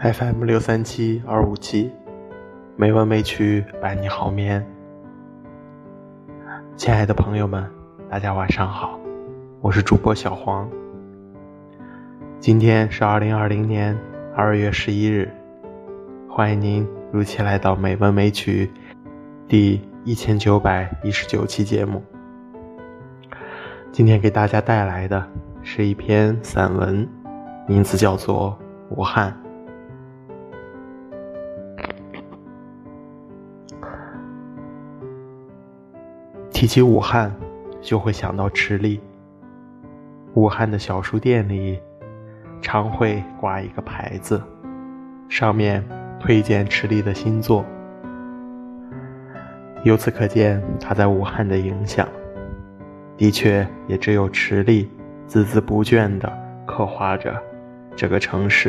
FM637257，美文美曲伴你好眠。亲爱的朋友们，大家晚上好，我是主播小黄。今天是2020年2月11日，欢迎您如期来到美文美曲第1919期节目。今天给大家带来的是一篇散文，名字叫做《武汉》。提起武汉，就会想到池莉。武汉的小书店里常会挂一个牌子，上面推荐池莉的新作。由此可见他在武汉的影响，的确也只有池莉孜孜不倦地刻画着这个城市，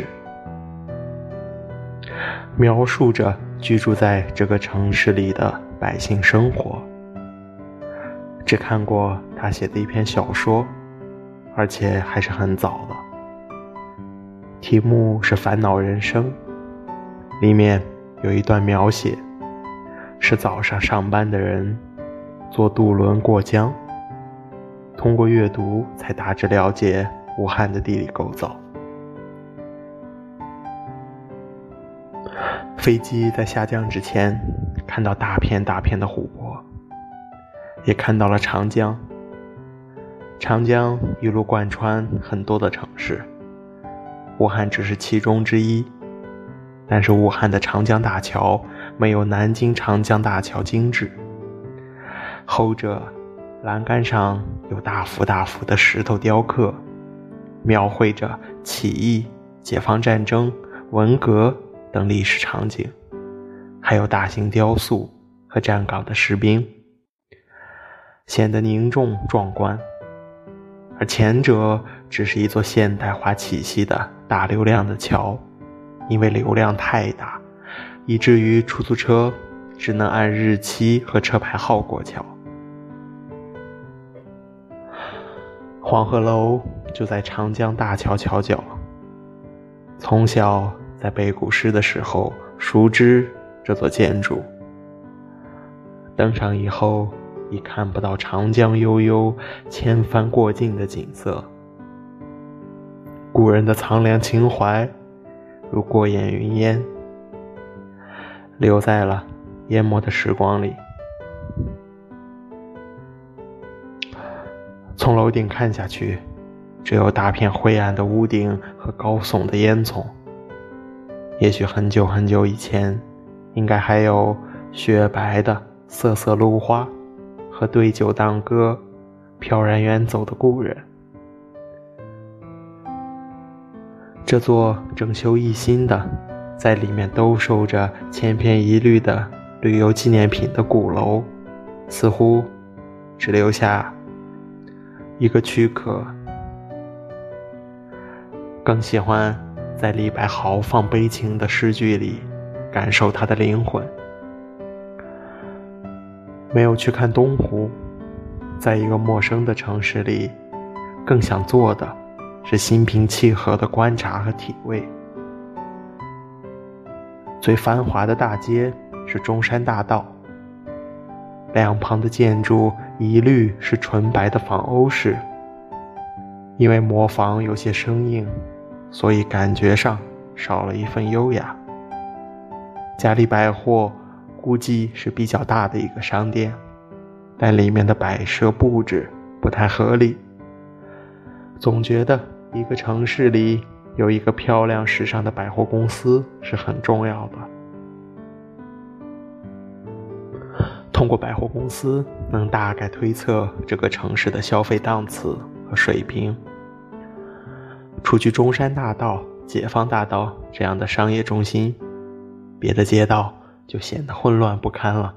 描述着居住在这个城市里的百姓生活。只看过他写的一篇小说，而且还是很早的，题目是《烦恼人生》，里面有一段描写，是早上上班的人坐渡轮过江，通过阅读才大致了解武汉的地理构造。飞机在下降之前，看到大片大片的湖泊，也看到了长江。长江一路贯穿很多的城市，武汉只是其中之一，但是武汉的长江大桥没有南京长江大桥精致，后者栏杆上有大幅大幅的石头雕刻，描绘着起义、解放战争、文革等历史场景，还有大型雕塑和站岗的士兵，显得凝重壮观。而前者只是一座现代化气息的大流量的桥，因为流量太大，以至于出租车只能按日期和车牌号过桥。黄鹤楼就在长江大桥桥角，从小在背古诗的时候熟知这座建筑，登上以后已看不到长江悠悠千帆过尽的景色，古人的苍凉情怀如过眼云烟，留在了淹没的时光里。从楼顶看下去，只有大片灰暗的屋顶和高耸的烟囱，也许很久很久以前，应该还有雪白的瑟瑟芦花和对酒当歌飘然远走的故人。这座整修一新的，在里面兜售着千篇一律的旅游纪念品的鼓楼，似乎只留下一个躯壳。更喜欢在李白豪放悲情的诗句里感受他的灵魂。没有去看东湖，在一个陌生的城市里，更想做的是心平气和的观察和体味。最繁华的大街是中山大道，两旁的建筑一律是纯白的仿欧式，因为模仿有些生硬，所以感觉上少了一份优雅。嘉利百货估计是比较大的一个商店，但里面的摆设布置不太合理。总觉得一个城市里有一个漂亮时尚的百货公司是很重要的。通过百货公司能大概推测这个城市的消费档次和水平。除去中山大道、解放大道这样的商业中心，别的街道就显得混乱不堪了。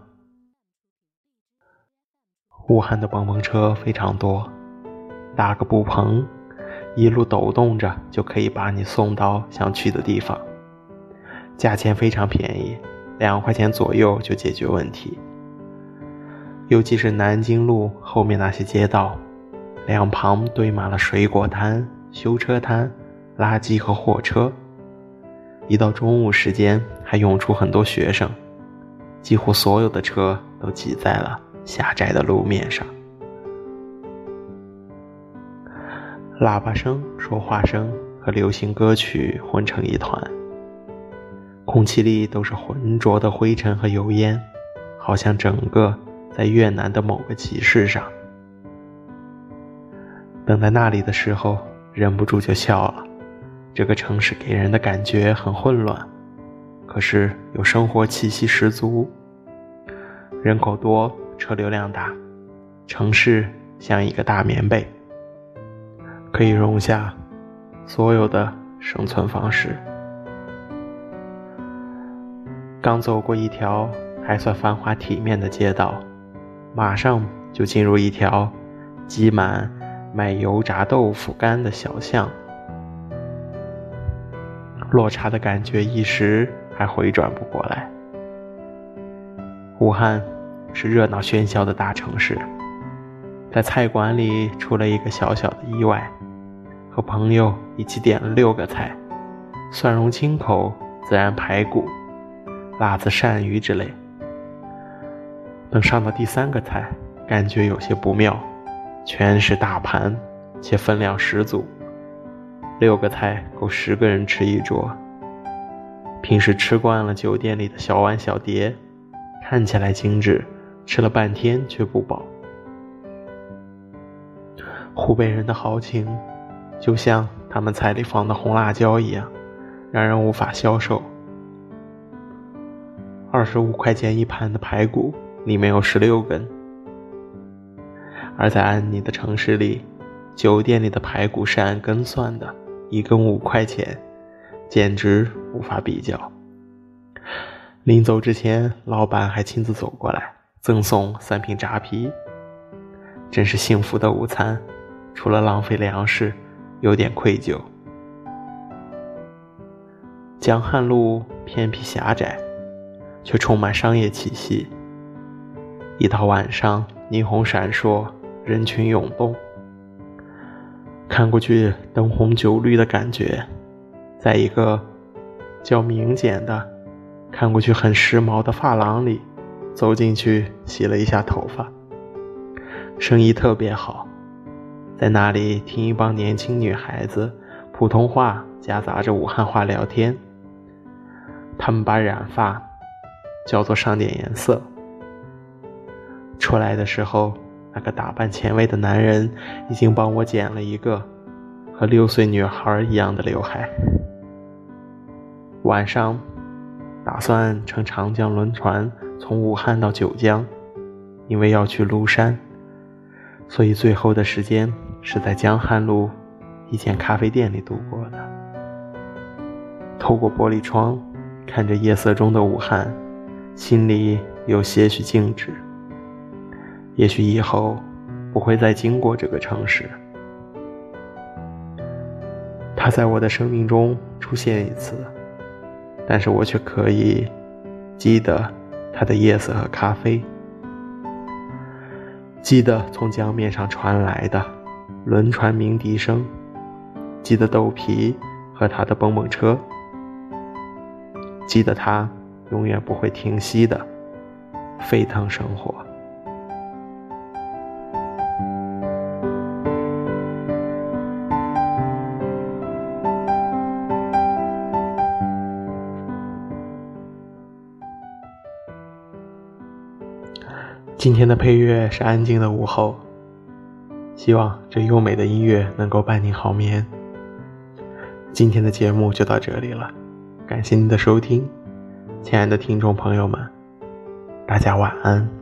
武汉的蹦蹦车非常多，搭个布棚，一路抖动着就可以把你送到想去的地方，价钱非常便宜，2块钱左右就解决问题。尤其是南京路后面那些街道，两旁堆满了水果摊、修车摊、垃圾和货车， 一到中午时间还涌出很多学生，几乎所有的车都挤在了狭窄的路面上。喇叭声、说话声和流行歌曲混成一团，空气里都是浑浊的灰尘和油烟，好像整个在越南的某个集市上。等在那里的时候，忍不住就笑了。这个城市给人的感觉很混乱，可是有生活气息十足。人口多，车流量大，城市像一个大棉被，可以容下所有的生存方式。刚走过一条还算繁华体面的街道，马上就进入一条挤满卖油炸豆腐干的小巷，落差的感觉一时还回转不过来。武汉是热闹喧嚣的大城市，在菜馆里出了一个小小的意外，和朋友一起点了6个菜，蒜蓉清口、孜然排骨、辣子鳝鱼之类。等上到第3个菜，感觉有些不妙，全是大盘，且分量十足，6个菜够10个人吃一桌。平时吃惯了酒店里的小碗小碟，看起来精致，吃了半天却不饱。湖北人的豪情，就像他们菜里放的红辣椒一样，让人无法消受。25块钱一盘的排骨，里面有16根。而在安妮的城市里，酒店里的排骨是按根算的，1根5块钱，简直无法比较。临走之前，老板还亲自走过来，赠送3瓶扎啤。真是幸福的午餐，除了浪费粮食，有点愧疚。江汉路偏僻狭窄，却充满商业气息。一到晚上，霓虹闪烁，人群涌动，看过去灯红酒绿的感觉。在一个较明简的看过去很时髦的发廊里，走进去洗了一下头发，生意特别好。在那里听一帮年轻女孩子普通话夹杂着武汉话聊天，他们把染发叫做上点颜色。出来的时候，那个打扮前卫的男人已经帮我剪了一个和6岁女孩一样的刘海。晚上打算乘长江轮船从武汉到九江，因为要去庐山，所以最后的时间是在江汉路一间咖啡店里度过的。透过玻璃窗看着夜色中的武汉，心里有些许静止。也许以后不会再经过这个城市，它在我的生命中出现一次，但是我却可以记得它的夜色和咖啡，记得从江面上传来的轮船鸣笛声，记得豆皮和它的蹦蹦车，记得它永远不会停息的沸腾生活。今天的配乐是安静的午后，希望这优美的音乐能够伴您好眠。今天的节目就到这里了，感谢您的收听，亲爱的听众朋友们，大家晚安。